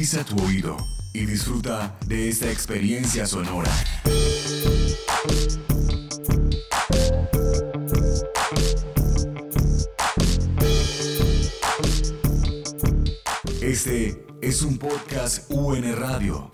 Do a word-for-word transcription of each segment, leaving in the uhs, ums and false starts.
Agudiza tu oído y disfruta de esta experiencia sonora. Este es un podcast U N Radio.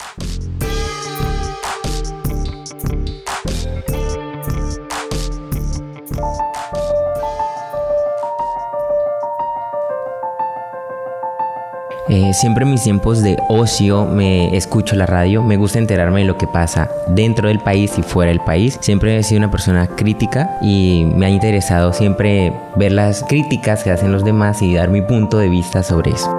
Eh, siempre en mis tiempos de ocio me escucho la radio, me gusta enterarme de lo que pasa dentro del país y fuera del país. Siempre he sido una persona crítica y me ha interesado siempre ver las críticas que hacen los demás y dar mi punto de vista sobre eso.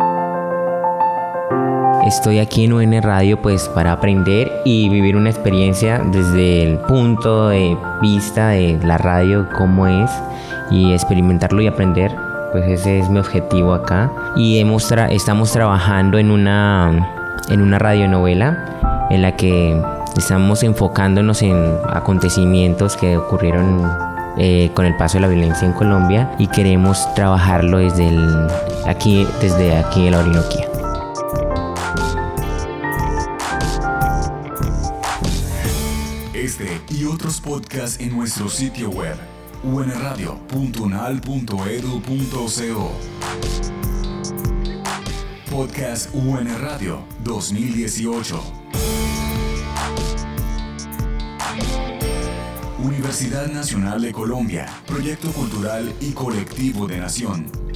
Estoy aquí en U N Radio pues para aprender y vivir una experiencia desde el punto de vista de la radio, cómo es, y experimentarlo y aprender. Pues ese es mi objetivo acá. Y hemos tra- estamos trabajando en una, en una radionovela en la que estamos enfocándonos en acontecimientos que ocurrieron eh, con el paso de la violencia en Colombia, y queremos trabajarlo desde, el, aquí, desde aquí en la Orinoquía. Este y otros podcasts en nuestro sitio web u n radio punto unal punto e d u punto co. Podcast U N Radio dos mil dieciocho. Universidad Nacional de Colombia, Proyecto Cultural y Colectivo de Nación.